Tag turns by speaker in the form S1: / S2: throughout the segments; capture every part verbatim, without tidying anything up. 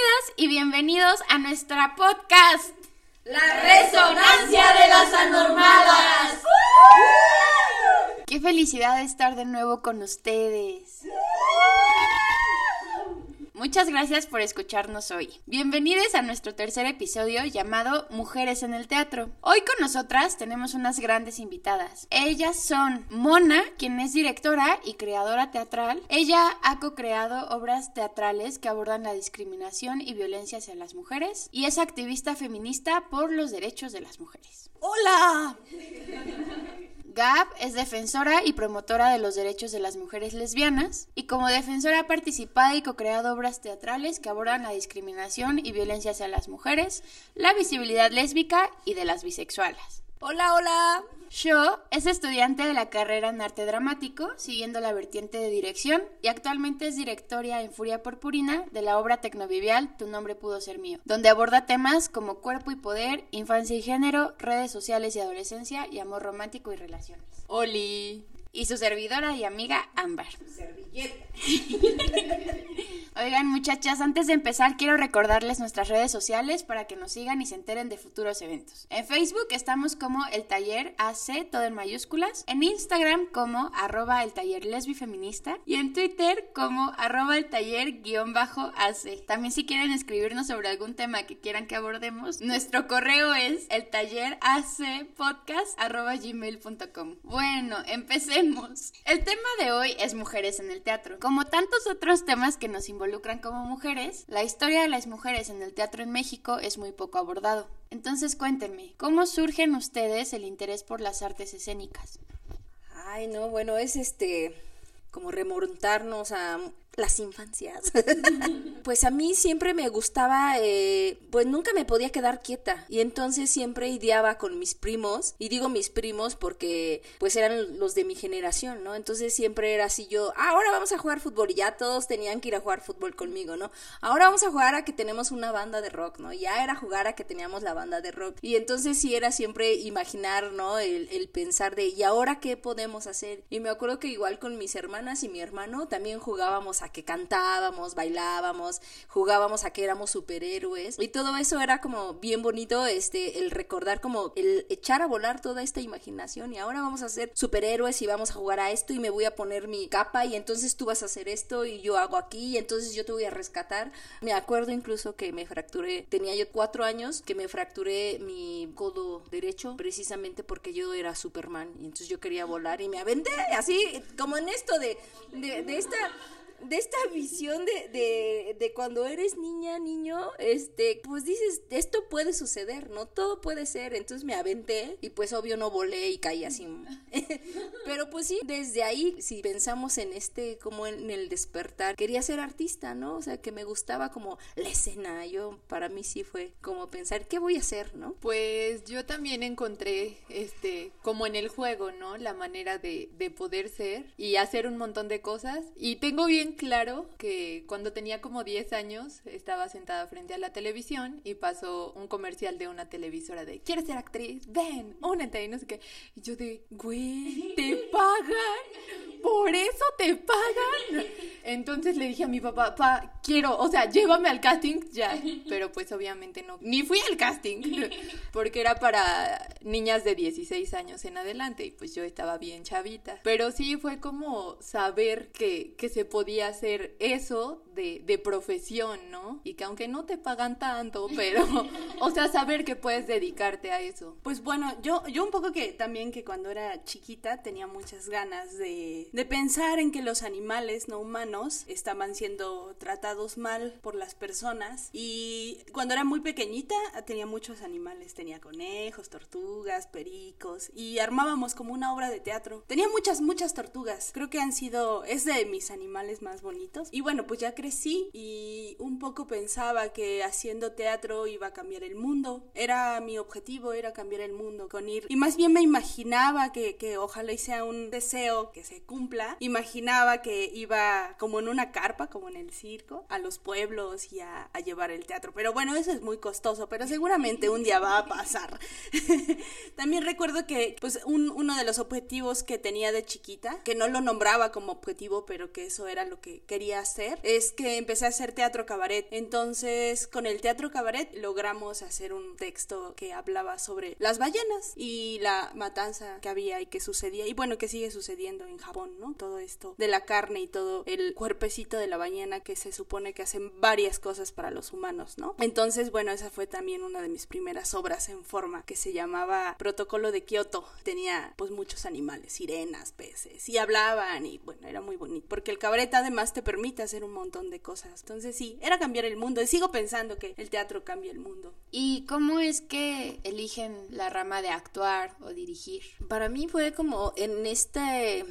S1: y bienvenidos a nuestra podcast
S2: La Resonancia de las Anormadas.
S1: ¡Qué felicidad de estar de nuevo con ustedes! Muchas gracias por escucharnos hoy. Bienvenidos a nuestro tercer episodio llamado Mujeres en el Teatro. Hoy con nosotras tenemos unas grandes invitadas. Ellas son Mona, quien es directora y creadora teatral. Ella ha co-creado obras teatrales que abordan la discriminación y violencia hacia las mujeres y es activista feminista por los derechos de las mujeres.
S2: ¡Hola!
S1: Gab es defensora y promotora de los derechos de las mujeres lesbianas y como defensora ha participado y co-creado obras teatrales que abordan la discriminación y violencia hacia las mujeres, la visibilidad lésbica y de las bisexuales.
S2: Hola, hola.
S1: Sho es estudiante de la carrera en arte dramático, siguiendo la vertiente de dirección y actualmente es directora en Furia Purpurina de la obra tecnovivial Tu nombre pudo ser mío, donde aborda temas como cuerpo y poder, infancia y género, redes sociales y adolescencia y amor romántico y relaciones.
S2: Oli.
S1: Y su servidora y amiga Ámbar.
S2: Servilleta.
S1: Oigan, muchachas, antes de empezar quiero recordarles nuestras redes sociales para que nos sigan y se enteren de futuros eventos. En Facebook estamos como El Taller A C, todo en mayúsculas. En Instagram como arroba el taller lesbifeminista. Y en Twitter como arroba el taller guión bajo A C. También si quieren escribirnos sobre algún tema que quieran que abordemos, nuestro correo es el taller a c podcast arroba gmail punto com. Bueno, empecemos. El tema de hoy es mujeres en el teatro. Como tantos otros temas que nos involucran como mujeres, la historia de las mujeres en el teatro en México es muy poco abordado. Entonces cuéntenme, ¿cómo surgen ustedes el interés por las artes escénicas?
S2: Ay, no, bueno, es este como remontarnos a las infancias. Pues a mí siempre me gustaba, eh, pues nunca me podía quedar quieta y entonces siempre ideaba con mis primos, y digo mis primos porque pues eran los de mi generación, ¿no? Entonces siempre era así yo, ah, ahora vamos a jugar fútbol y ya todos tenían que ir a jugar fútbol conmigo, ¿no? Ahora vamos a jugar a que tenemos una banda de rock, ¿no? Ya era jugar a que teníamos la banda de rock y entonces sí era siempre imaginar, ¿no? El, el pensar de, ¿y ahora qué podemos hacer? Y me acuerdo que igual con mis hermanas y mi hermano también jugábamos a que cantábamos, bailábamos, jugábamos a que éramos superhéroes y todo eso era como bien bonito, este, el recordar como el echar a volar toda esta imaginación y ahora vamos a ser superhéroes y vamos a jugar a esto y me voy a poner mi capa y entonces tú vas a hacer esto y yo hago aquí y entonces yo te voy a rescatar. Me acuerdo incluso que me fracturé, tenía yo cuatro años que me fracturé mi codo derecho precisamente porque yo era Superman y entonces yo quería volar y me aventé así como en esto de, de, de esta... de esta visión de, de, de cuando eres niña, niño, este, pues dices, esto puede suceder, ¿no? Todo puede ser, entonces me aventé y pues obvio no volé y caí así. Pero pues sí, desde ahí, si pensamos en este, como en el despertar, quería ser artista, ¿no? O sea, que me gustaba como la escena, yo, para mí sí fue como pensar, ¿qué voy a hacer, no?
S3: Pues yo también encontré, este, como en el juego, ¿no? La manera de, de poder ser y hacer un montón de cosas y tengo bien claro que cuando tenía como diez años estaba sentada frente a la televisión y pasó un comercial de una televisora de ¿quieres ser actriz? Ven, únete y no sé qué. Y yo de, güey, ¿te pagan? ¿Por eso te pagan? Entonces le dije a mi papá, pa, quiero, o sea, llévame al casting ya. Pero pues obviamente no, ni fui al casting porque era para niñas de dieciséis años en adelante y pues yo estaba bien chavita. Pero sí fue como saber que, que se podía hacer eso de, de profesión, ¿no? Y que aunque no te pagan tanto, pero, o sea, saber que puedes dedicarte a eso.
S4: Pues bueno, yo, yo un poco que también que cuando era chiquita tenía muchas ganas de, de pensar en que los animales no humanos estaban siendo tratados mal por las personas y cuando era muy pequeñita tenía muchos animales, tenía conejos, tortugas, pericos y armábamos como una obra de teatro. Tenía muchas, muchas tortugas, creo que han sido, es de mis animales más bonitos. Y bueno, pues ya crecí y un poco pensaba que haciendo teatro iba a cambiar el mundo. Era mi objetivo, era cambiar el mundo con ir. Y más bien me imaginaba que, que ojalá y sea un deseo que se cumpla. Imaginaba que iba como en una carpa, como en el circo, a los pueblos y a, a llevar el teatro. Pero bueno, eso es muy costoso, pero seguramente un día va a pasar. También recuerdo que pues un, uno de los objetivos que tenía de chiquita, que no lo nombraba como objetivo, pero que eso era lo lo que quería hacer, es que empecé a hacer teatro cabaret. Entonces, con el teatro cabaret logramos hacer un texto que hablaba sobre las ballenas y la matanza que había y que sucedía, y bueno, que sigue sucediendo en Japón, ¿no? Todo esto de la carne y todo el cuerpecito de la ballena que se supone que hacen varias cosas para los humanos, ¿no? Entonces, bueno, esa fue también una de mis primeras obras en forma, que se llamaba Protocolo de Kioto. Tenía pues muchos animales, sirenas, peces, y hablaban, y bueno, era muy bonito, porque el cabaret además te permite hacer un montón de cosas. Entonces sí, era cambiar el mundo, y sigo pensando que el teatro cambia el mundo.
S1: ¿Y cómo es que eligen la rama de actuar o dirigir?
S2: Para mí fue como en este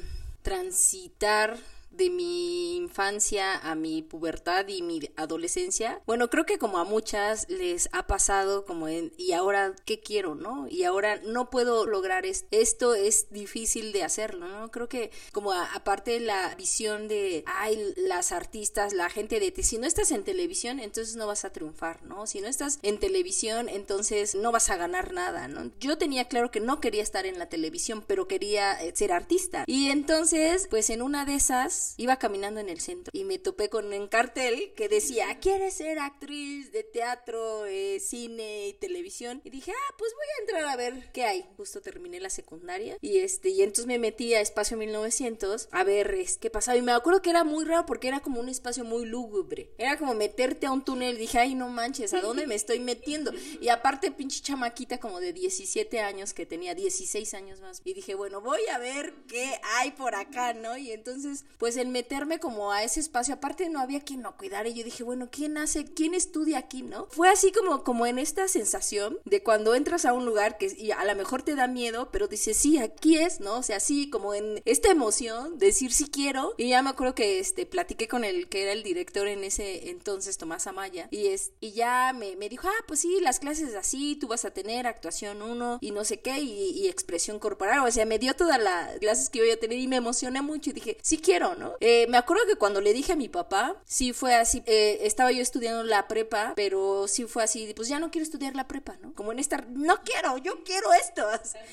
S2: transitar de mi infancia a mi pubertad y mi adolescencia. Bueno, creo que como a muchas les ha pasado como en, ¿y ahora qué quiero, no? Y ahora no puedo lograr esto, esto es difícil de hacerlo, ¿no? Creo que como a, aparte la visión de, ay, las artistas, la gente de, si no estás en televisión, entonces no vas a triunfar, ¿no? Si no estás en televisión, entonces no vas a ganar nada, ¿no? Yo tenía claro que no quería estar en la televisión, pero quería eh, ser artista. Y entonces, pues en una de esas iba caminando en el centro y me topé con un cartel que decía, ¿quieres ser actriz de teatro, eh, cine y televisión? Y dije, ah, pues voy a entrar a ver qué hay. Justo terminé la secundaria y este y entonces me metí a Espacio mil novecientos a ver es, qué pasaba. Y me acuerdo que era muy raro porque era como un espacio muy lúgubre. Era como meterte a un túnel. Dije, ay, no manches, ¿a dónde me estoy metiendo? Y aparte, pinche chamaquita como de diecisiete años, que tenía dieciséis años más. Y dije, bueno, voy a ver qué hay por acá, ¿no? Y entonces, pues el meterme como a ese espacio, aparte no había quien lo cuidara, y yo dije, bueno, ¿quién hace, quién estudia aquí, no? Fue así como, como en esta sensación de cuando entras a un lugar que y a lo mejor te da miedo, pero dices, sí, aquí es, ¿no? O sea, sí, como en esta emoción, decir sí quiero, y ya me acuerdo que este, platiqué con el que era el director en ese entonces, Tomás Amaya, y, es, y ya me, me dijo, ah, pues sí, las clases así, tú vas a tener actuación uno, y no sé qué, y, y expresión corporal, o sea, me dio todas las clases que iba a tener, y me emocioné mucho, y dije, sí quiero, ¿no? Eh, me acuerdo que cuando le dije a mi papá, sí fue así, eh, estaba yo estudiando la prepa, pero sí fue así, pues ya no quiero estudiar la prepa, ¿no? Como en esta, no quiero, yo quiero esto.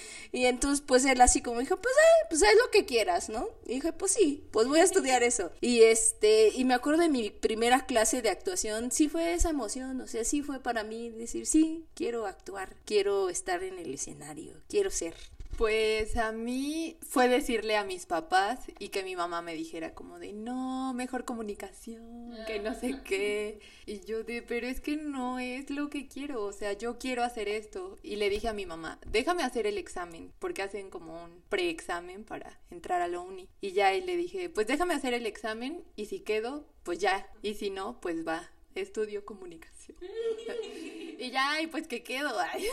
S2: Y entonces pues él así como dijo, pues, eh, pues haz lo que quieras, ¿no? Y dije, pues sí, pues voy a estudiar eso. Y este, y me acuerdo de mi primera clase de actuación, sí fue esa emoción, o sea, sí fue para mí decir, sí, quiero actuar, quiero estar en el escenario, quiero ser.
S3: Pues a mí fue decirle a mis papás y que mi mamá me dijera como de, no, mejor comunicación, que no sé qué. Y yo de, pero es que no es lo que quiero, o sea, yo quiero hacer esto. Y le dije a mi mamá, déjame hacer el examen, porque hacen como un preexamen para entrar a la uni. Y ya y le dije, pues déjame hacer el examen y si quedo, pues ya. Y si no, pues va, estudio comunicación. Y ya, y pues que quedo. Ay.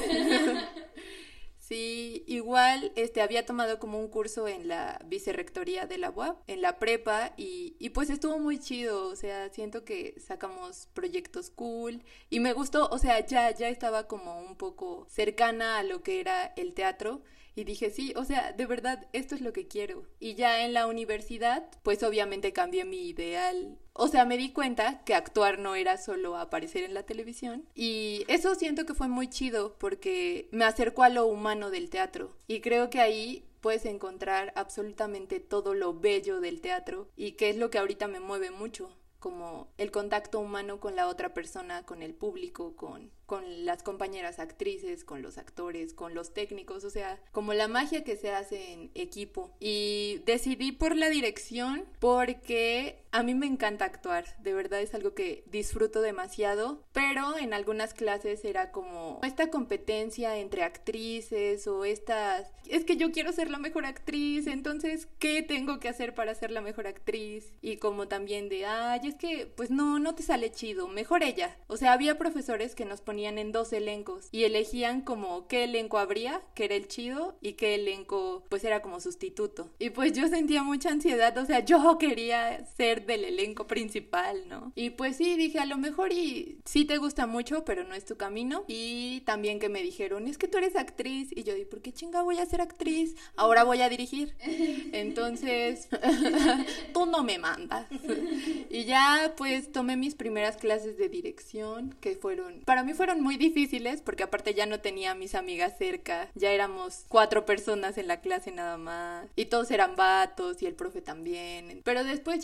S3: Sí, igual este había tomado como un curso en la vicerrectoría de la U A P, en la prepa, y, y pues estuvo muy chido, o sea, siento que sacamos proyectos cool, y me gustó, o sea, ya, ya estaba como un poco cercana a lo que era el teatro, y dije, sí, o sea, de verdad, esto es lo que quiero. Y ya en la universidad, pues obviamente cambié mi ideal. O sea, me di cuenta que actuar no era solo aparecer en la televisión. Y eso siento que fue muy chido porque me acercó a lo humano del teatro. Y creo que ahí puedes encontrar absolutamente todo lo bello del teatro. Y que es lo que ahorita me mueve mucho. Como el contacto humano con la otra persona, con el público, con, con las compañeras actrices, con los actores, con los técnicos, o sea, como la magia que se hace en equipo. Y decidí por la dirección porque a mí me encanta actuar, de verdad es algo que disfruto demasiado, pero en algunas clases era como esta competencia entre actrices o estas, es que yo quiero ser la mejor actriz, entonces, ¿qué tengo que hacer para ser la mejor actriz? Y como también de, ay, es que, pues no, no te sale chido, mejor ella. O sea, había profesores que nos ponían en dos elencos y elegían como qué elenco habría, que era el chido, y qué elenco, pues era como sustituto. Y pues yo sentía mucha ansiedad, o sea, yo quería ser del elenco principal, ¿no? Y pues sí, dije, a lo mejor y sí te gusta mucho, pero no es tu camino. Y también que me dijeron, es que tú eres actriz. Y yo dije, ¿por qué chinga voy a ser actriz? Ahora voy a dirigir. Entonces, tú no me mandas. Y ya pues tomé mis primeras clases de dirección, que fueron, para mí fueron muy difíciles, porque aparte ya no tenía a mis amigas cerca, ya éramos cuatro personas en la clase nada más, y todos eran vatos, y el profe también, pero después ya fui encontrando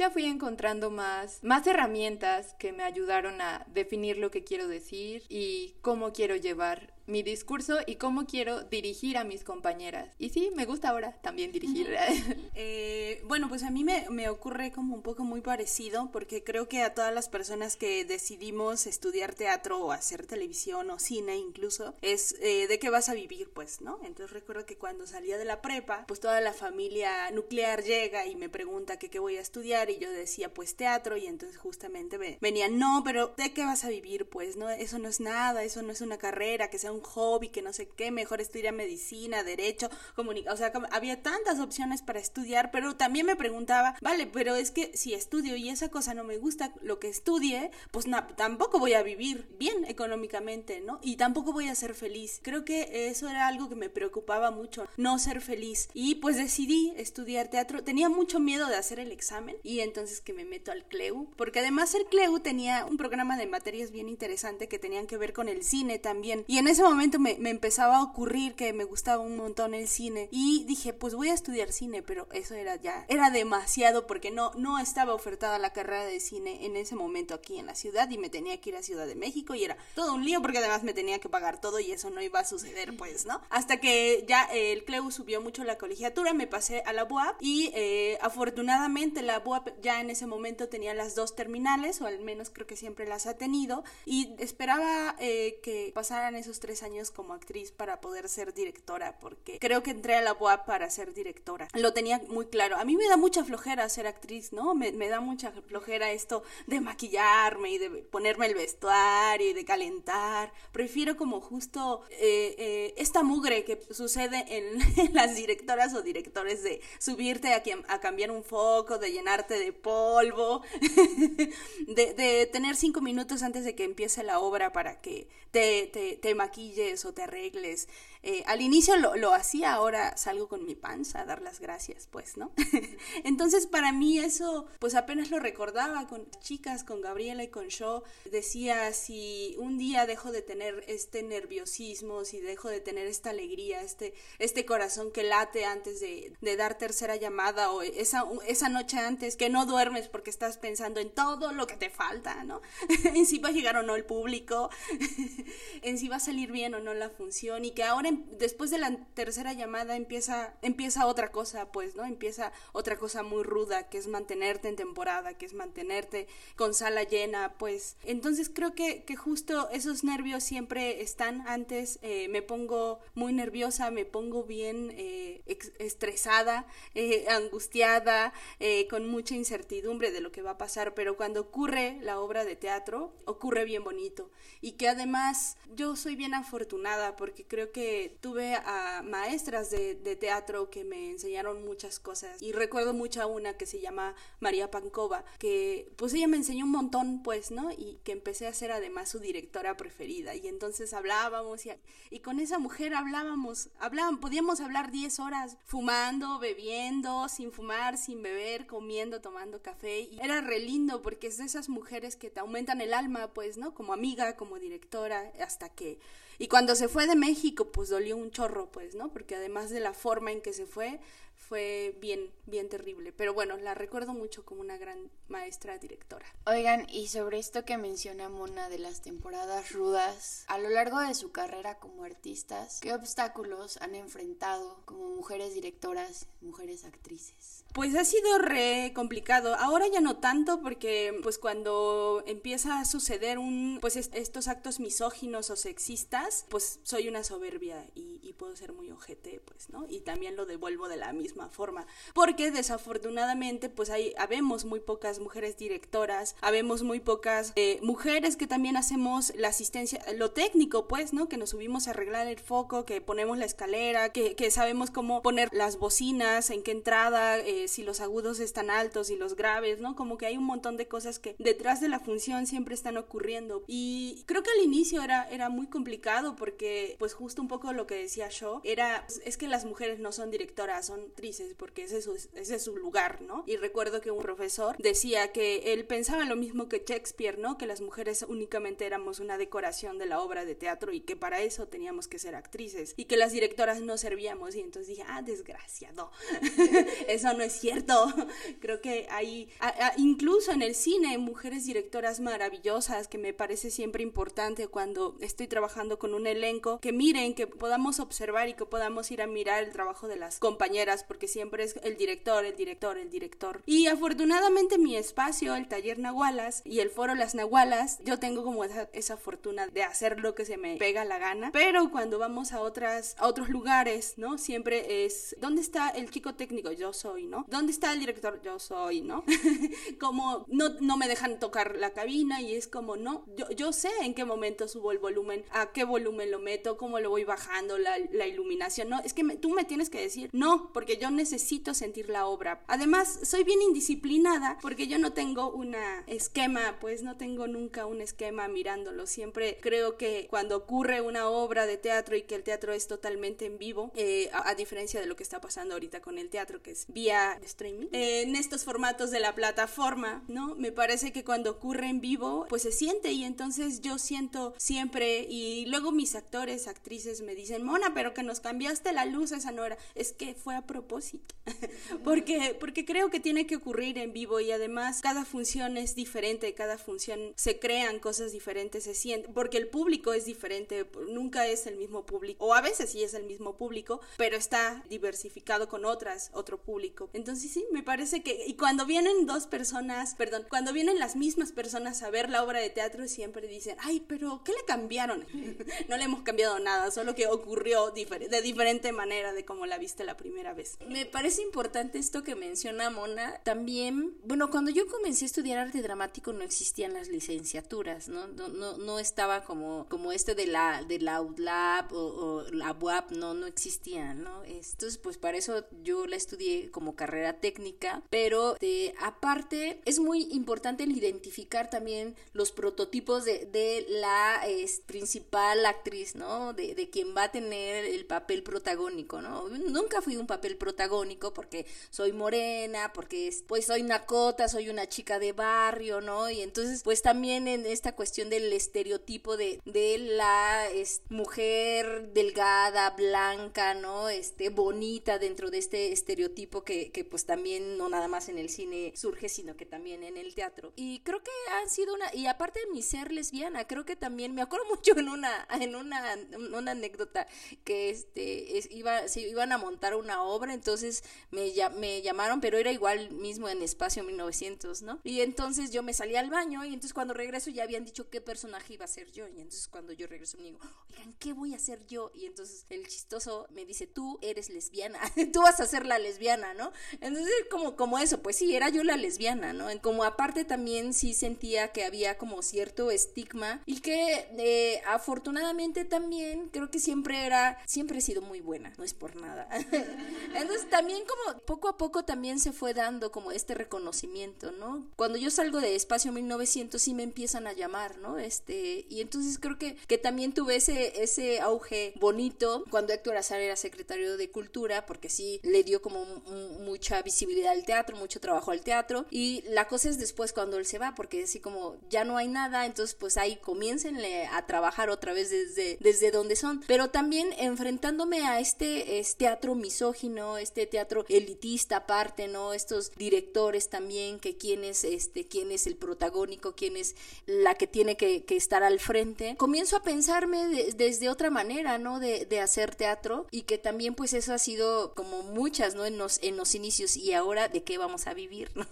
S3: encontrando más, más herramientas que me ayudaron a definir lo que quiero decir y cómo quiero llevar mi discurso y cómo quiero dirigir a mis compañeras. Y sí, me gusta ahora también dirigir.
S4: eh, bueno, pues a mí me, me ocurre como un poco muy parecido, porque creo que a todas las personas que decidimos estudiar teatro o hacer televisión o cine incluso, es eh, de qué vas a vivir, pues, ¿no? Entonces recuerdo que cuando salía de la prepa, pues toda la familia nuclear llega y me pregunta que qué voy a estudiar, y yo decía pues teatro, y entonces justamente me venían, no, pero ¿de qué vas a vivir? Pues, ¿no? Eso no es nada, eso no es una carrera, que sea un hobby, que no sé qué, mejor estudia medicina, derecho, comunicación, o sea, como, había tantas opciones para estudiar, pero también me preguntaba, vale, pero es que si estudio y esa cosa no me gusta, lo que estudie, pues na, tampoco voy a vivir bien económicamente, ¿no? Y tampoco voy a ser feliz. Creo que eso era algo que me preocupaba mucho, no ser feliz, y pues decidí estudiar teatro. Tenía mucho miedo de hacer el examen, y entonces que me meto al C L E U, porque además el C L E U tenía un programa de materias bien interesante que tenían que ver con el cine también, y en ese momento me, me empezaba a ocurrir que me gustaba un montón el cine, y dije pues voy a estudiar cine, pero eso era ya, era demasiado, porque no, no estaba ofertada la carrera de cine en ese momento aquí en la ciudad, y me tenía que ir a Ciudad de México, y era todo un lío, porque además me tenía que pagar todo, y eso no iba a suceder, pues, ¿no? Hasta que ya eh, el C L E U subió mucho la colegiatura, me pasé a la U A P, y eh, afortunadamente la U A P ya en ese momento tenía las dos terminales, o al menos creo que siempre las ha tenido, y esperaba eh, que pasaran esos tres años como actriz para poder ser directora, porque creo que entré a la U A P para ser directora, lo tenía muy claro. A mí me da mucha flojera ser actriz, ¿no? Me, me da mucha flojera esto de maquillarme y de ponerme el vestuario y de calentar. Prefiero como justo eh, eh, esta mugre que sucede en, en las directoras o directores, de subirte a, a cambiar un foco, de llenarte de polvo, de, de tener cinco minutos antes de que empiece la obra para que te, te, te maquilles o te arregles. Eh, al inicio lo, lo hacía, ahora salgo con mi panza a dar las gracias, pues, ¿no? Entonces para mí eso, pues apenas lo recordaba con chicas, con Gabriela y con Sho. Decía, si un día dejo de tener este nerviosismo, si dejo de tener esta alegría, este, este corazón que late antes de, de dar tercera llamada, o esa, esa noche antes que no duermes porque estás pensando en todo lo que te falta, ¿no? En si va a llegar o no el público, en si va a salir bien o no la función, y que ahora después de la tercera llamada empieza, empieza otra cosa, pues, ¿no? Empieza otra cosa muy ruda, que es mantenerte en temporada, que es mantenerte con sala llena, pues. Entonces creo que, que justo esos nervios siempre están antes. Eh, me pongo muy nerviosa, me pongo bien eh, ex- estresada, eh, angustiada, eh, con mucha incertidumbre de lo que va a pasar, pero cuando ocurre la obra de teatro, ocurre bien bonito, y que además yo soy bien afortunada, porque creo que tuve a maestras de, de teatro que me enseñaron muchas cosas, y recuerdo mucho a una que se llama María Pankova, que pues ella me enseñó un montón, pues, ¿no? Y que empecé a ser además su directora preferida, y entonces hablábamos, y, y con esa mujer hablábamos, hablábamos, podíamos hablar diez horas, fumando, bebiendo, sin fumar, sin beber, comiendo, tomando café, y era re lindo, porque es de esas mujeres que te aumentan el alma, pues, ¿no? Como amiga, como directora, hasta que... Y cuando se fue de México, pues dolió un chorro, pues, ¿no? Porque además de la forma en que se fue, fue bien, bien terrible. Pero bueno, la recuerdo mucho como una gran maestra directora.
S1: Oigan, y sobre esto que menciona Mona de las temporadas rudas, a lo largo de su carrera como artistas, ¿qué obstáculos han enfrentado como mujeres directoras, mujeres actrices?
S4: Pues ha sido re complicado. Ahora ya no tanto, porque pues cuando empieza a suceder un pues est- estos actos misóginos o sexistas, pues soy una soberbia y, y puedo ser muy ojete, pues, ¿no? Y también lo devuelvo de la misma forma, porque desafortunadamente pues hay habemos muy pocas mujeres directoras, habemos muy pocas eh, mujeres que también hacemos la asistencia, lo técnico, pues, ¿no? Que nos subimos a arreglar el foco, que ponemos la escalera, que, que sabemos cómo poner las bocinas, en qué entrada, eh, si los agudos están altos y los graves, ¿no? Como que hay un montón de cosas que detrás de la función siempre están ocurriendo, y creo que al inicio era, era muy complicado, porque pues justo un poco lo que decía yo, era, es que las mujeres no son directoras, son actrices porque ese es su, ese es su lugar, ¿no? Y recuerdo que un profesor decía que él pensaba lo mismo que Shakespeare, ¿no? Que las mujeres únicamente éramos una decoración de la obra de teatro y que para eso teníamos que ser actrices y que las directoras no servíamos. Y entonces dije, ah, desgraciado, eso no es cierto. Creo que hay, a, a, incluso en el cine, mujeres directoras maravillosas, que me parece siempre importante cuando estoy trabajando con un elenco, que miren, que podamos observar y que podamos ir a mirar el trabajo de las compañeras, porque siempre es el director, el director, el director. Y afortunadamente mi espacio, el taller Nahualas y el foro Las Nahualas, yo tengo como esa, esa fortuna de hacer lo que se me pega la gana, pero cuando vamos a otras a otros lugares, ¿no? Siempre es, ¿dónde está el chico técnico? Yo soy, ¿no? ¿Dónde está el director? Yo soy, ¿no? Como no, no me dejan tocar la cabina y es como, no, yo, yo sé en qué momento subo el volumen, a qué volumen lo meto, cómo lo voy bajando, la, la iluminación, no, es que me, tú me tienes que decir, no, porque yo necesito sentir la obra. Además, soy bien indisciplinada porque yo no tengo una esquema, pues no tengo nunca un esquema mirándolo, siempre creo que cuando ocurre una obra de teatro y que el teatro es totalmente en vivo, eh, a, a diferencia de lo que está pasando ahorita con el teatro, que es vía streaming, eh, en estos formatos de la plataforma, ¿no? Me parece que cuando ocurre en vivo, pues se siente y entonces yo siento siempre, y luego mis actores, actrices me dicen, Mona, pero que nos cambiaste la luz, esa no era, es que fue a propósito, porque, porque creo que tiene que ocurrir en vivo y además cada función es diferente, cada función se crean cosas diferentes, se siente, porque el público es diferente, nunca es el mismo público, o a veces sí es el mismo público, pero está diversificado con otras, otro público. Entonces sí, me parece que, y cuando vienen dos personas, perdón, cuando vienen las mismas personas a ver la obra de teatro, siempre dicen, ay, pero ¿qué le cambiaron? No le hemos cambiado nada, solo que ocurrió difer- de diferente manera de como la viste la primera vez.
S2: Me parece importante esto que menciona Mona. También, bueno, cuando yo comencé a estudiar arte dramático no existían las licenciaturas, ¿no? No, no, no estaba como, como este de la, de la U D L A B o, o la U A P, no, no existían, ¿no? Entonces, pues para eso yo la estudié como carrera técnica, pero de, aparte es muy importante el identificar también los prototipos de, de la es, principal actriz, ¿no? De, de quien va a tener el papel protagónico, ¿no? Nunca fui un papel protagónico porque soy morena, porque pues soy nacota, soy una chica de barrio, ¿no? Y entonces pues también en esta cuestión del estereotipo de, de la es, mujer delgada, blanca, ¿no? Este, bonita dentro de este estereotipo que, que pues también no nada más en el cine surge, sino que también en el teatro. Y creo que han sido una, y aparte de mi ser lesbiana, creo que también me acuerdo mucho en una, en una, una anécdota que este, es, iba, se iban a montar una obra, entonces me, me llamaron, pero era igual mismo en Espacio mil novecientos, ¿no? Y entonces yo me salí al baño y entonces cuando regreso ya habían dicho qué personaje iba a ser yo, y entonces cuando yo regreso me digo, oigan, ¿qué voy a hacer yo? Y entonces el chistoso me dice, tú eres lesbiana, tú vas a ser la lesbiana, ¿no? Entonces como, como eso, pues sí, era yo la lesbiana, ¿no? Como aparte también sí sentía que había como cierto estigma y que eh, afortunadamente también creo que siempre era, siempre he sido muy buena, no es por nada. Entonces también como poco a poco también se fue dando como este reconocimiento, ¿no? Cuando yo salgo de Espacio mil novecientos sí me empiezan a llamar, ¿no? Este, y entonces creo que, que también tuve ese, ese auge bonito cuando Héctor Azar era secretario de Cultura, porque sí le dio como m- mucha visibilidad al teatro, mucho trabajo al teatro, y la cosa es después cuando él se va, porque así como ya no hay nada, entonces pues ahí comiéncenle a trabajar otra vez desde, desde donde son, pero también enfrentándome a este, este teatro misógino, este teatro elitista aparte, ¿no? Estos directores también, que quién es, este, quién es el protagónico, quién es la que tiene que, que estar al frente, comienzo a pensarme de, desde otra manera, ¿no? De, de hacer teatro, y que también pues eso ha sido como muchas, ¿no? En los, en los inicios, y ahora de qué vamos a vivir, ¿no?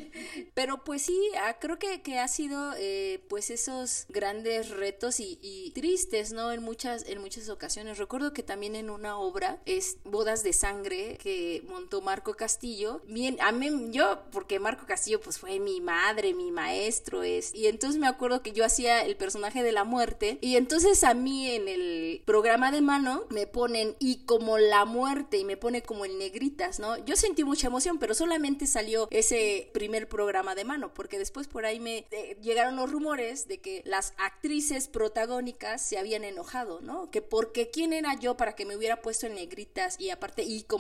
S2: Pero pues sí, creo que, que ha sido eh, pues esos grandes retos y, y tristes, ¿no? En muchas, en muchas ocasiones. Recuerdo que también en una obra es Bodas de Sangre que montó Marco Castillo, bien, a mí, yo, porque Marco Castillo pues fue mi madre, mi maestro, es, y entonces me acuerdo que yo hacía el personaje de la muerte, y entonces a mí en el programa de mano me ponen y como la muerte, y me pone como en negritas, ¿no? Yo sentí mucha emoción, pero solamente salió ese primer programa de mano, porque después por ahí me eh, llegaron los rumores de que las actrices protagónicas se habían enojado, ¿no? Que porque quién era yo para que me hubiera puesto en negritas, y aparte, y como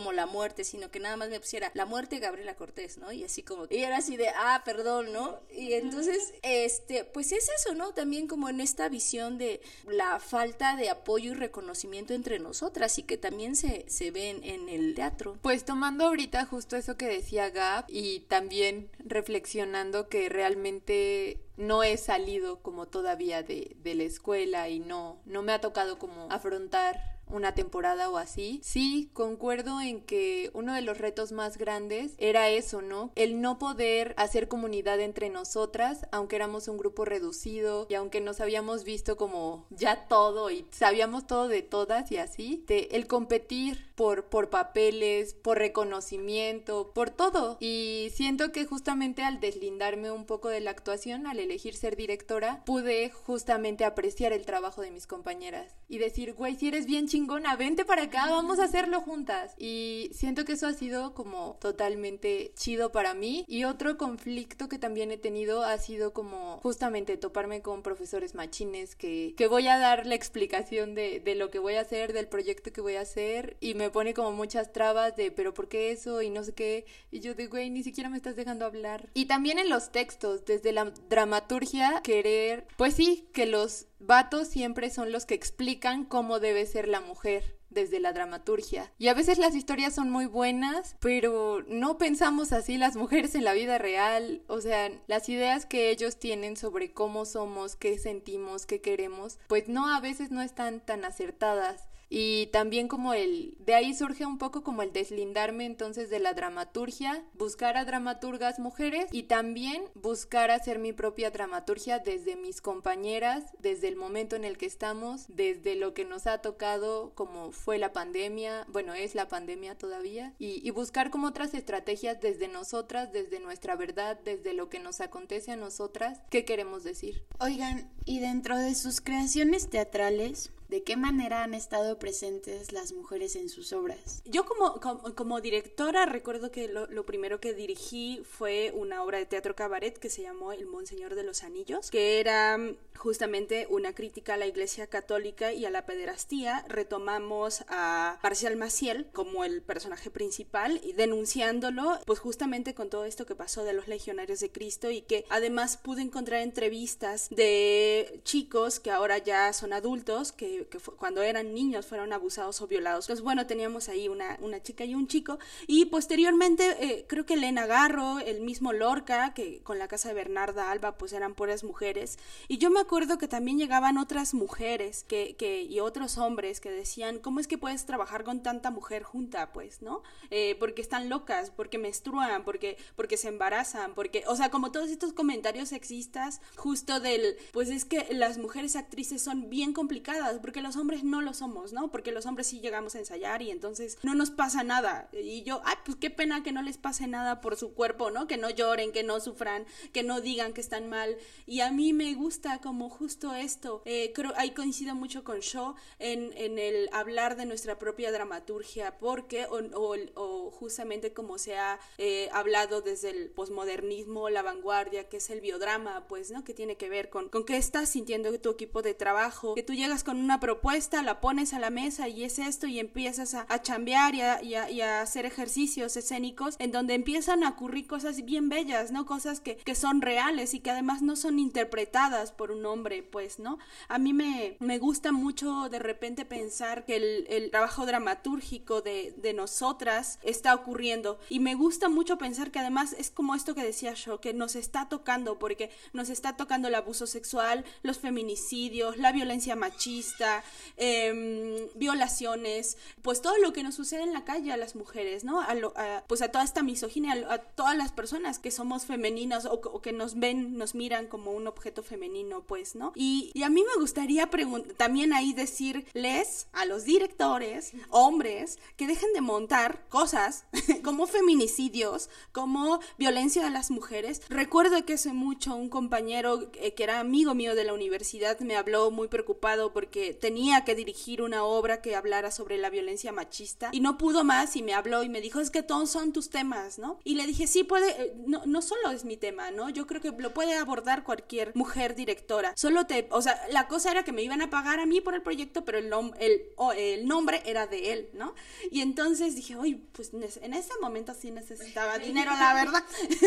S2: como la muerte, sino que nada más me pusiera la muerte Gabriela Cortés, ¿no? Y así como, y era así de, ah, perdón, ¿no? Y entonces, este, pues es eso, ¿no? También como en esta visión de la falta de apoyo y reconocimiento entre nosotras y que también se, se ve en, en el teatro.
S3: Pues tomando ahorita justo eso que decía Gab y también reflexionando que realmente no he salido como todavía de, de la escuela y no, no me ha tocado como afrontar una temporada o así. Sí, concuerdo en que uno de los retos más grandes era eso, ¿no? El no poder hacer comunidad entre nosotras, aunque éramos un grupo reducido y aunque nos habíamos visto como ya todo y sabíamos todo de todas y así, de el competir por, por papeles, por reconocimiento, por todo. Y siento que justamente al deslindarme un poco de la actuación, al elegir ser directora, pude justamente apreciar el trabajo de mis compañeras y decir, güey, si eres bien chingona, vente para acá, vamos a hacerlo juntas. Y siento que eso ha sido como totalmente chido para mí. Y otro conflicto que también he tenido ha sido como justamente toparme con profesores machines que, que voy a dar la explicación de, de lo que voy a hacer, del proyecto que voy a hacer, y me pone como muchas trabas de, pero ¿por qué eso? Y no sé qué. Y yo de, güey, ni siquiera me estás dejando hablar. Y también en los textos, desde la dramaturgia, querer, pues sí, que los vatos siempre son los que explican cómo debe ser la mujer desde la dramaturgia. Y a veces las historias son muy buenas, pero no pensamos así las mujeres en la vida real. O sea, las ideas que ellos tienen sobre cómo somos, qué sentimos, qué queremos, pues no, a veces no están tan acertadas. Y también como el, de ahí surge un poco como el deslindarme entonces de la dramaturgia, buscar a dramaturgas mujeres y también buscar hacer mi propia dramaturgia desde mis compañeras, desde el momento en el que estamos, desde lo que nos ha tocado como fue la pandemia, bueno, es la pandemia todavía, y, y buscar como otras estrategias desde nosotras, desde nuestra verdad, desde lo que nos acontece a nosotras, ¿qué queremos decir?
S1: Oigan, y dentro de sus creaciones teatrales, ¿de qué manera han estado presentes las mujeres en sus obras?
S4: Yo como, como, como directora recuerdo que lo, lo primero que dirigí fue una obra de teatro cabaret que se llamó El Monseñor de los Anillos, que era justamente una crítica a la Iglesia Católica y a la pederastía. Retomamos a Marcial Maciel como el personaje principal y denunciándolo pues justamente con todo esto que pasó de los legionarios de Cristo, y que además pude encontrar entrevistas de chicos que ahora ya son adultos que que fue, cuando eran niños fueron abusados o violados. Entonces, bueno, teníamos ahí una, una chica y un chico, y posteriormente eh, creo que Elena Garro, el mismo Lorca, que con la casa de Bernarda Alba pues eran puras mujeres, y yo me acuerdo que también llegaban otras mujeres que, que, y otros hombres que decían, ¿cómo es que puedes trabajar con tanta mujer junta? Pues, ¿no? Eh, porque están locas, porque menstruan, porque, porque se embarazan, porque, o sea, como todos estos comentarios sexistas justo del, pues es que las mujeres actrices son bien complicadas, porque los hombres no lo somos, ¿no? Porque los hombres sí llegamos a ensayar y entonces no nos pasa nada. Y yo, ay, pues qué pena que no les pase nada por su cuerpo, ¿no? Que no lloren, que no sufran, que no digan que están mal. Y a mí me gusta como justo esto. Eh, creo, ahí coincido mucho con Shaw en, en el hablar de nuestra propia dramaturgia, porque, o, o, o justamente como se ha eh, hablado desde el posmodernismo, la vanguardia, que es el biodrama, pues, ¿no? Que tiene que ver con, con qué estás sintiendo tu equipo de trabajo, que tú llegas con una propuesta, la pones a la mesa y es esto, y empiezas a, a chambear y a, y, a, y a hacer ejercicios escénicos en donde empiezan a ocurrir cosas bien bellas, ¿no? Cosas que, que son reales y que además no son interpretadas por un hombre, pues, ¿no? A mí me, me gusta mucho de repente pensar que el, el trabajo dramatúrgico de, de nosotras está ocurriendo, y me gusta mucho pensar que además es como esto que decía yo, que nos está tocando, porque nos está tocando el abuso sexual, los feminicidios, la violencia machista, Eh, violaciones, pues todo lo que nos sucede en la calle a las mujeres, ¿no? A lo, a, pues a toda esta misoginia, a, a todas las personas que somos femeninas o, o que nos ven, nos miran como un objeto femenino, pues, ¿no? Y, y a mí me gustaría pregun- también ahí decirles a los directores, hombres, que dejen de montar cosas como feminicidios, como violencia de las mujeres. Recuerdo que hace mucho un compañero eh, que era amigo mío de la universidad me habló muy preocupado porque tenía que dirigir una obra que hablara sobre la violencia machista y no pudo más y me habló y me dijo, es que todos son tus temas, ¿no? Y le dije, sí, puede, no, no solo es mi tema, ¿no? Yo creo que lo puede abordar cualquier mujer directora. Solo te, o sea, la cosa era que me iban a pagar a mí por el proyecto, pero el, nom el, oh, el nombre era de él, ¿no? Y entonces dije, oye, pues en ese momento sí necesitaba dinero, la verdad.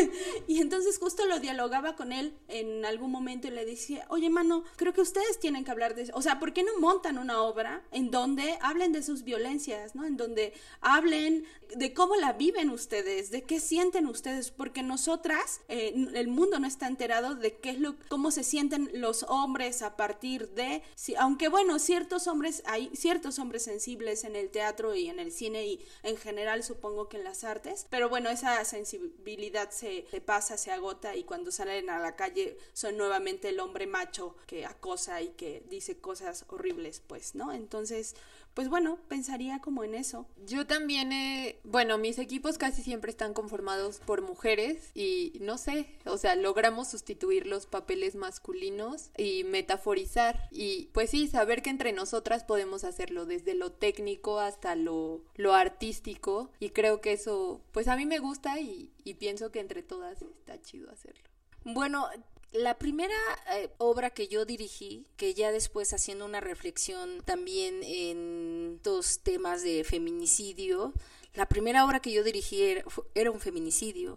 S4: Y entonces justo lo dialogaba con él en algún momento y le decía, oye, mano, creo que ustedes tienen que hablar de eso. O sea, ¿por qué no montan una obra en donde hablen de sus violencias, ¿no? En donde hablen de cómo la viven ustedes, de qué sienten ustedes, porque nosotras, eh, el mundo no está enterado de qué es lo, cómo se sienten los hombres a partir de, si, aunque bueno, ciertos hombres, hay ciertos hombres sensibles en el teatro y en el cine y en general supongo que en las artes, pero bueno, esa sensibilidad se, se pasa, se agota y cuando salen a la calle son nuevamente el hombre macho que acosa y que dice cosas horribles, pues, ¿no? Entonces, pues bueno, pensaría como en eso.
S3: Yo también, he, bueno, mis equipos casi siempre están conformados por mujeres y no sé, o sea, logramos sustituir los papeles masculinos y metaforizar y pues sí, saber que entre nosotras podemos hacerlo desde lo técnico hasta lo, lo artístico y creo que eso, pues a mí me gusta y, y pienso que entre todas está chido hacerlo.
S2: Bueno, la primera eh, obra que yo dirigí, que ya después haciendo una reflexión también en estos temas de feminicidio, la primera obra que yo dirigí era, era un feminicidio,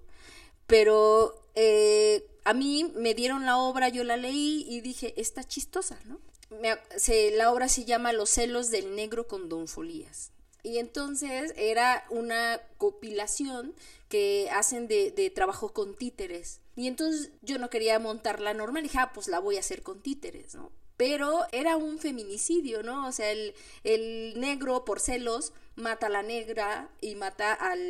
S2: pero eh, a mí me dieron la obra, yo la leí y dije, está chistosa, ¿no? Me, se, la obra se llama Los celos del negro con Don Folías. Y entonces era una compilación que hacen de, de trabajo con títeres. Y entonces yo no quería montarla normal, dije, ah, pues la voy a hacer con títeres, ¿no? Pero era un feminicidio, ¿no? O sea, el, el negro por celos mata a la negra y mata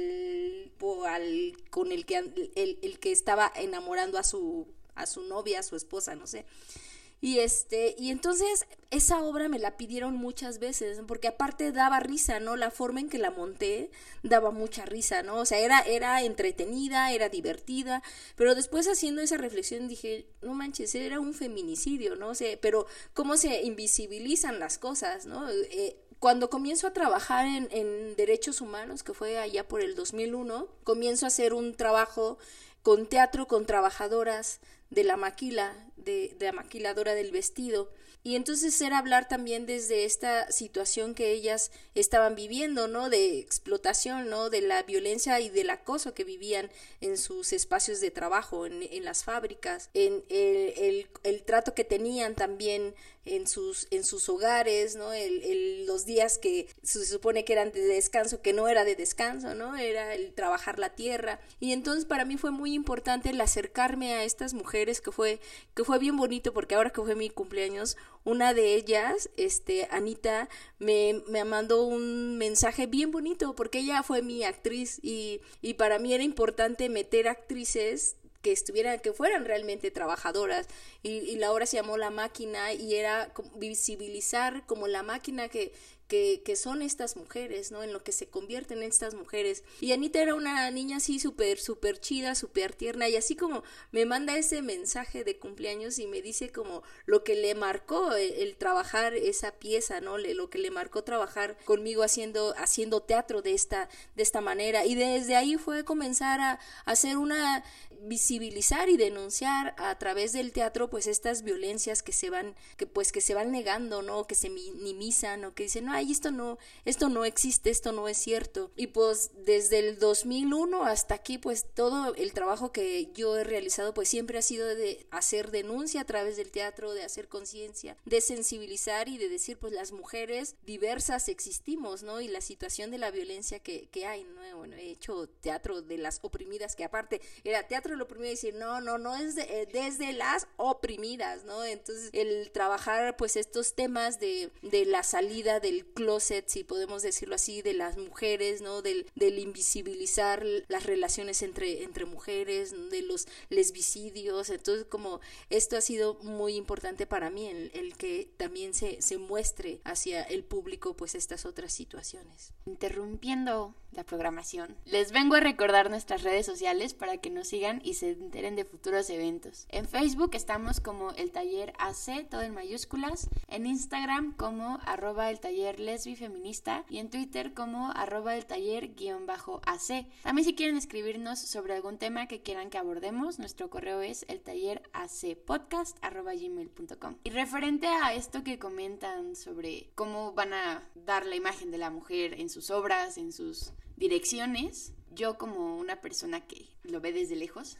S2: al, al con el que, el, el que estaba enamorando a su, a su novia, a su esposa, no sé. Y este, y entonces esa obra me la pidieron muchas veces, porque aparte daba risa, ¿no? La forma en que la monté daba mucha risa, ¿no? O sea, era, era entretenida, era divertida, pero después haciendo esa reflexión dije, no manches, era un feminicidio, ¿no? O sea, pero cómo se invisibilizan las cosas, ¿no? Eh, Cuando comienzo a trabajar en, en derechos humanos, que fue allá por el dos mil uno, comienzo a hacer un trabajo con teatro con trabajadoras de la maquila, de, de la maquiladora del vestido. Y entonces era hablar también desde esta situación que ellas estaban viviendo, ¿no? De explotación, ¿no? De la violencia y del acoso que vivían en sus espacios de trabajo, en, en las fábricas, en el, el, el trato que tenían también en sus, en sus hogares, ¿no? El, el, los días que se supone que eran de descanso, que no era de descanso, ¿no? Era el trabajar la tierra. Y entonces para mí fue muy importante el acercarme a estas mujeres, que fue, que fue bien bonito, porque ahora que fue mi cumpleaños, una de ellas, este, Anita, me, me mandó un mensaje bien bonito, porque ella fue mi actriz y, y para mí era importante meter actrices que estuvieran, que fueran realmente trabajadoras, y, y la obra se llamó La Máquina y era visibilizar como la máquina que, que, que son estas mujeres, ¿no? En lo que se convierten estas mujeres. Y Anita era una niña así súper, súper chida, súper tierna, y así como me manda ese mensaje de cumpleaños y me dice como lo que le marcó el, el trabajar esa pieza, ¿no? Le, lo que le marcó trabajar conmigo haciendo, haciendo teatro de esta, de esta manera. Y desde ahí fue comenzar a, a hacer una, visibilizar y denunciar a través del teatro pues estas violencias que se van, que pues que se van negando, ¿no? Que se minimizan o que dicen, no, ay, esto no, esto no existe, esto no es cierto. Y pues desde el dos mil uno hasta aquí pues todo el trabajo que yo he realizado pues siempre ha sido de hacer denuncia a través del teatro, de hacer conciencia, de sensibilizar y de decir pues las mujeres diversas existimos, ¿no? Y la situación de la violencia que, que hay, ¿no? Bueno, he hecho teatro de las oprimidas, que aparte era teatro de lo oprimido, y decir, no, no, no es de, eh, desde las oprimidas, ¿no? Entonces el trabajar pues estos temas de, de la salida del del closet, si podemos decirlo así, de las mujeres, ¿no? Del, del invisibilizar las relaciones entre, entre mujeres, ¿no? De los lesbicidios. Entonces, como esto ha sido muy importante para mí, el, el que también se, se muestre hacia el público pues estas otras situaciones.
S1: Interrumpiendo la programación, les vengo a recordar nuestras redes sociales para que nos sigan y se enteren de futuros eventos. En Facebook estamos como el taller A C, todo en mayúsculas, en Instagram como arroba el taller lesbifeminista y en Twitter como arroba el taller guión bajo AC. También si quieren escribirnos sobre algún tema que quieran que abordemos, nuestro correo es el taller acpodcast arroba gmail punto com. Y referente a esto que comentan sobre cómo van a dar la imagen de la mujer en sus obras, en sus direcciones, yo como una persona que lo ve desde lejos,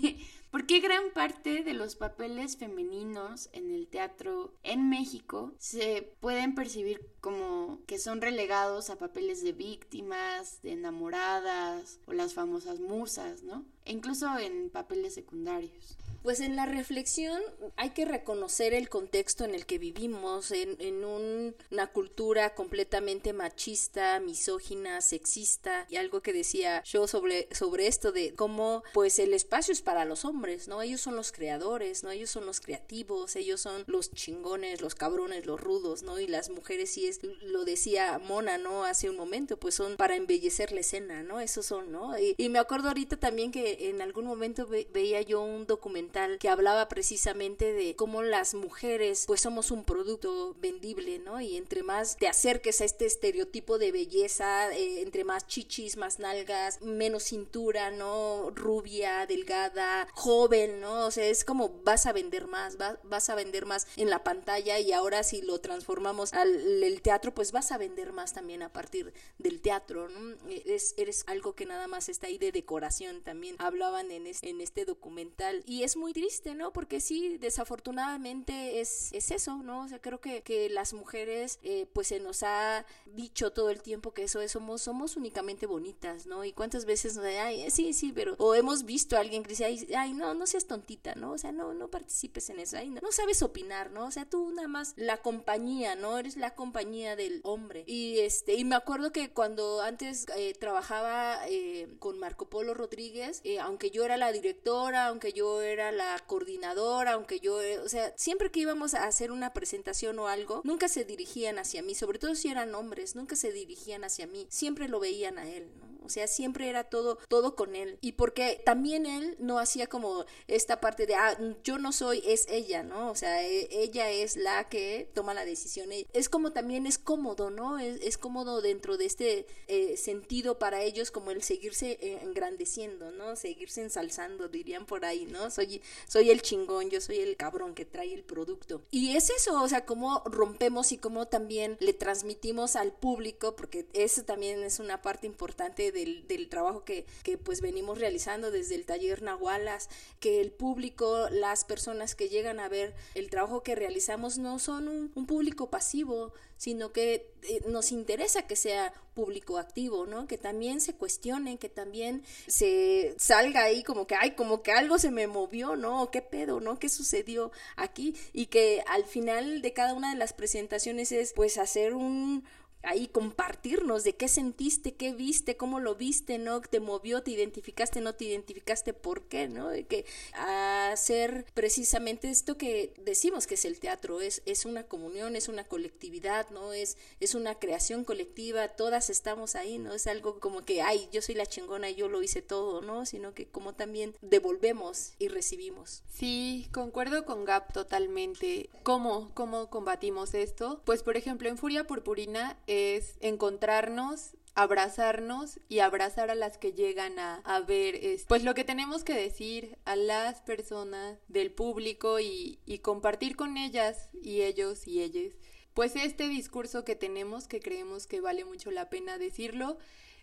S1: porque gran parte de los papeles femeninos en el teatro en México se pueden percibir como que son relegados a papeles de víctimas, de enamoradas o las famosas musas, ¿no? E incluso en papeles secundarios.
S2: Pues en la reflexión hay que reconocer el contexto en el que vivimos, en, en un, una cultura completamente machista, misógina, sexista, y algo que decía yo sobre, sobre esto de cómo pues el espacio es para los hombres, ¿no? Ellos son los creadores, ¿no? Ellos son los creativos, ellos son los chingones, los cabrones, los rudos, ¿no? Y las mujeres, sí es, lo decía Mona, ¿no? Hace un momento, pues son para embellecer la escena, ¿no? Esos son, ¿no? Y, y me acuerdo ahorita también que en algún momento ve, veía yo un documental que hablaba precisamente de cómo las mujeres pues somos un producto vendible, ¿no? Y entre más te acerques a este estereotipo de belleza, eh, entre más chichis, más nalgas, menos cintura, ¿no? Rubia, delgada, joven, ¿no? O sea, es como vas a vender más, vas, vas a vender más en la pantalla, y ahora si lo transformamos al el teatro, pues vas a vender más también a partir del teatro, ¿no? Eres, eres algo que nada más está ahí de decoración, también hablaban en, es, en este documental, y es muy triste, ¿no? Porque sí, desafortunadamente es, es eso, ¿no? O sea, creo que, que las mujeres, eh, pues se nos ha dicho todo el tiempo que eso es, somos, somos únicamente bonitas, ¿no? Y cuántas veces, ay, sí, sí, pero, o hemos visto a alguien que dice, ay, ay, no, no seas tontita, ¿no? O sea, no, no participes en eso, ay, no, no sabes opinar, ¿no? O sea, tú nada más la compañía, ¿no? Eres la compañía del hombre. Y este, y me acuerdo que cuando antes eh, trabajaba eh, con Marco Polo Rodríguez, eh, aunque yo era la directora, aunque yo era la coordinadora, aunque yo, eh, o sea, siempre que íbamos a hacer una presentación o algo, nunca se dirigían hacia mí, sobre todo si eran hombres, nunca se dirigían hacia mí, siempre lo veían a él, ¿no? O sea, siempre era todo, todo con él. Y porque también él no hacía como esta parte de, ah, yo no soy, es ella, ¿no? O sea, e- ella es la que toma la decisión. Es como también es cómodo, ¿no? Es, es cómodo dentro de este eh, sentido para ellos, como el seguirse eh, engrandeciendo, ¿no? Seguirse ensalzando, dirían por ahí, ¿no? Soy, soy el chingón, yo soy el cabrón que trae el producto. Y es eso, o sea, cómo rompemos y cómo también le transmitimos al público, porque eso también es una parte importante de Del, del trabajo que, que pues venimos realizando desde el taller Nahualas, que el público, las personas que llegan a ver el trabajo que realizamos no son un, un público pasivo, sino que eh, nos interesa que sea público activo, ¿no? Que también se cuestionen, que también se salga ahí como que, ay, como que algo se me movió, ¿no? ¿Qué pedo, no? ¿Qué sucedió aquí? Y que al final de cada una de las presentaciones es pues hacer un ahí compartirnos de qué sentiste, qué viste, cómo lo viste, ¿no? Te movió, te identificaste, no te identificaste, ¿por qué? ¿No? De que hacer precisamente esto que decimos que es el teatro, es, es una comunión, es una colectividad, ¿no? Es, es una creación colectiva, todas estamos ahí, ¿no? Es algo como que, ay, yo soy la chingona y yo lo hice todo, ¿no? Sino que como también devolvemos y recibimos.
S3: Sí, concuerdo con Gab totalmente. ¿Cómo? ¿Cómo combatimos esto? Pues, por ejemplo, en Furia Purpurina es encontrarnos, abrazarnos y abrazar a las que llegan a, a ver es, pues lo que tenemos que decir a las personas del público y, y compartir con ellas y ellos y ellas pues este discurso que tenemos, que creemos que vale mucho la pena decirlo,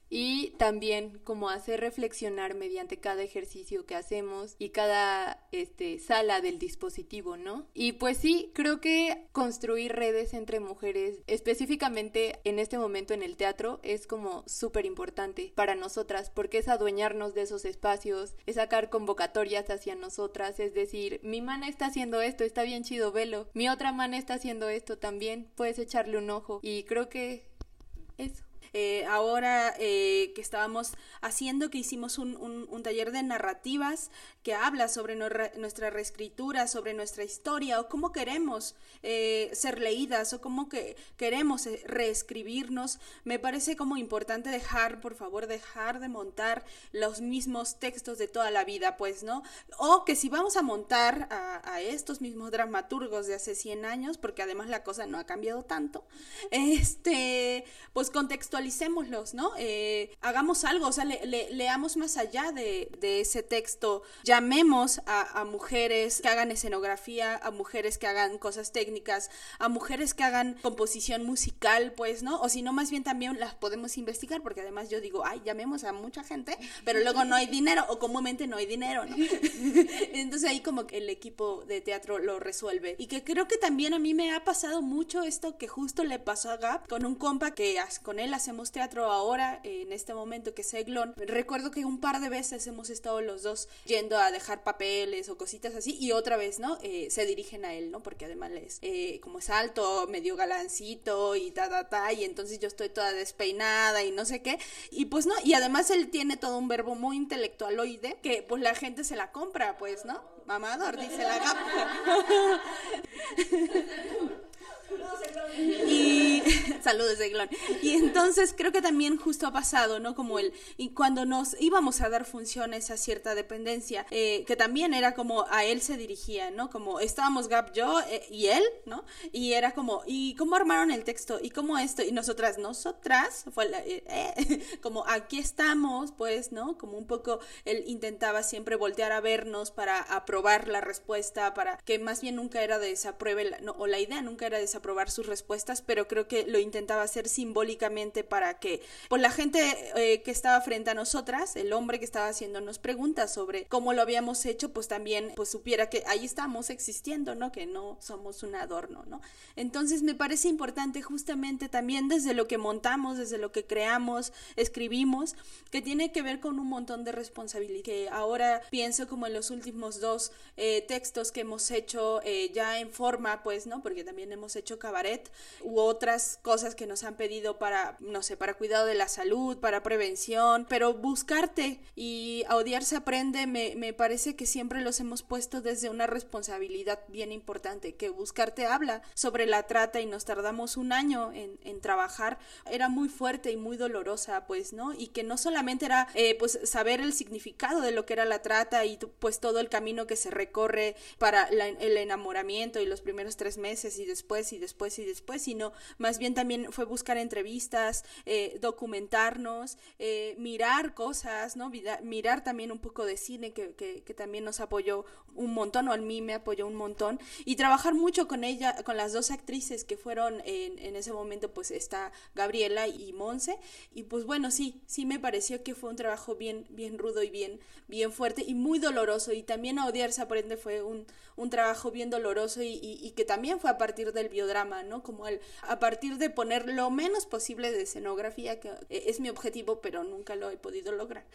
S3: y también como hacer reflexionar mediante cada ejercicio que hacemos y cada este, sala del dispositivo, ¿no? Y pues sí, creo que construir redes entre mujeres, específicamente en este momento en el teatro, es como súper importante para nosotras, porque es adueñarnos de esos espacios, es sacar convocatorias hacia nosotras, es decir, mi mana está haciendo esto, está bien chido, velo, mi otra mana está haciendo esto también, puedes echarle un ojo, y creo que eso.
S4: Eh, ahora eh, que estábamos haciendo, que hicimos un, un, un taller de narrativas que habla sobre no, re, nuestra reescritura, sobre nuestra historia, o cómo queremos eh, ser leídas, o cómo que queremos eh, reescribirnos, me parece como importante dejar, por favor, dejar de montar los mismos textos de toda la vida, pues, ¿no? O que si vamos a montar a, a estos mismos dramaturgos de hace cien años, porque además la cosa no ha cambiado tanto, este, pues contextualizar ¿no? Eh, hagamos algo, o sea, le, le, leamos más allá de, de ese texto, llamemos a, a mujeres que hagan escenografía, a mujeres que hagan cosas técnicas, a mujeres que hagan composición musical, pues, ¿no? O si no, más bien también las podemos investigar, porque además yo digo, ay, llamemos a mucha gente, pero luego no hay dinero, o comúnmente no hay dinero, ¿no? Entonces ahí como que el equipo de teatro lo resuelve. Y que creo que también a mí me ha pasado mucho esto que justo le pasó a Gab, con un compa que con él hacemos teatro ahora, en este momento, que es Eglon. Recuerdo que un par de veces hemos estado los dos yendo a dejar papeles o cositas así, y otra vez, ¿no? Eh, se dirigen a él, ¿no? Porque además es, eh, como es alto, medio galancito y ta, ta, ta, y entonces yo estoy toda despeinada y no sé qué, y pues no, y además él tiene todo un verbo muy intelectualoide que pues la gente se la compra, pues, ¿no? Mamador, dice la gapa. Y saludos de Glon. Y entonces creo que también justo ha pasado, ¿no? Como el, y cuando nos íbamos a dar funciones a cierta dependencia, eh, que también era como a él se dirigía, ¿no? Como estábamos Gab, yo eh, y él, ¿no? Y era como, ¿y cómo armaron el texto? ¿Y cómo esto? Y nosotras, nosotras, fue la, eh, eh, como aquí estamos, pues, ¿no? Como un poco él intentaba siempre voltear a vernos para aprobar la respuesta, para que más bien nunca era desapruebe, la, no, o la idea nunca era desaprobar sus respuestas, pero creo que lo intentaba hacer simbólicamente para que pues la gente eh, que estaba frente a nosotras, el hombre que estaba haciéndonos preguntas sobre cómo lo habíamos hecho, pues también pues supiera que ahí estamos existiendo, ¿no? Que no somos un adorno, ¿no? Entonces me parece importante justamente también desde lo que montamos, desde lo que creamos, escribimos, que tiene que ver con un montón de responsabilidad, que ahora pienso como en los últimos dos eh, textos que hemos hecho eh, ya en forma, pues, ¿no? Porque también hemos hecho cabaret u otras cosas que nos han pedido para, no sé, para cuidado de la salud, para prevención, pero buscarte y a odiar se aprende, me, me parece que siempre los hemos puesto desde una responsabilidad bien importante, que buscarte habla sobre la trata y nos tardamos un año en, en trabajar, era muy fuerte y muy dolorosa, pues, ¿no? Y que no solamente era, eh, pues, saber el significado de lo que era la trata y pues todo el camino que se recorre para la, el enamoramiento y los primeros tres meses y después y después y después, sino más bien también fue buscar entrevistas, eh, documentarnos, eh, mirar cosas, ¿no? Vida, mirar también un poco de cine que, que, que también nos apoyó un montón, o a mí me apoyó un montón, y trabajar mucho con ella, con las dos actrices que fueron en, en ese momento, pues está Gabriela y Monse, y pues bueno, sí, sí me pareció que fue un trabajo bien, bien rudo y bien, bien fuerte y muy doloroso, y también A odiar se aprende fue un, un trabajo bien doloroso y, y, y que también fue a partir del biodrama, ¿no? Como el, a partir de poner lo menos posible de escenografía, que es mi objetivo, pero nunca lo he podido lograr,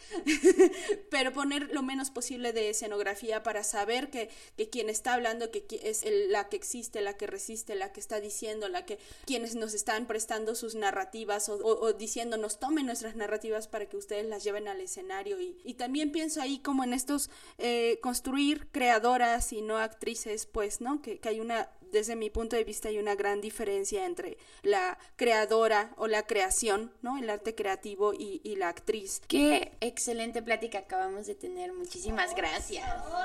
S4: pero poner lo menos posible de escenografía para saber que, que quien está hablando, que es el, la que existe, la que resiste, la que está diciendo, la que quienes nos están prestando sus narrativas o, o, o diciéndonos tomen nuestras narrativas para que ustedes las lleven al escenario, y, y también pienso ahí como en estos eh, construir creadoras y no actrices, pues, ¿no? Que, que hay una, desde mi punto de vista hay una gran diferencia entre la creadora o la creación, ¿no? El arte creativo y, y la actriz.
S1: Qué excelente plática acabamos de tener, muchísimas gracias.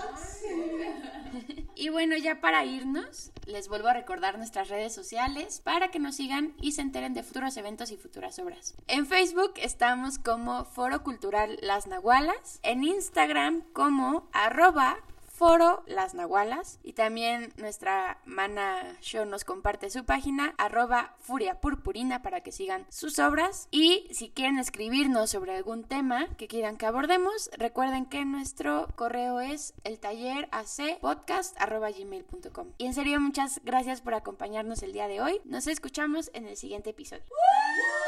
S1: Y bueno, ya para irnos, les vuelvo a recordar nuestras redes sociales para que nos sigan y se enteren de futuros eventos y futuras obras. En Facebook estamos como Foro Cultural Las Nahualas, en Instagram como arroba Foro Las Nahualas. Y también nuestra Mana Show nos comparte su página, arroba Furia Purpurina, para que sigan sus obras. Y si quieren escribirnos sobre algún tema que quieran que abordemos, recuerden que nuestro correo es el taller a c podcast arroba gmail punto com. Y en serio, muchas gracias por acompañarnos el día de hoy. Nos escuchamos en el siguiente episodio.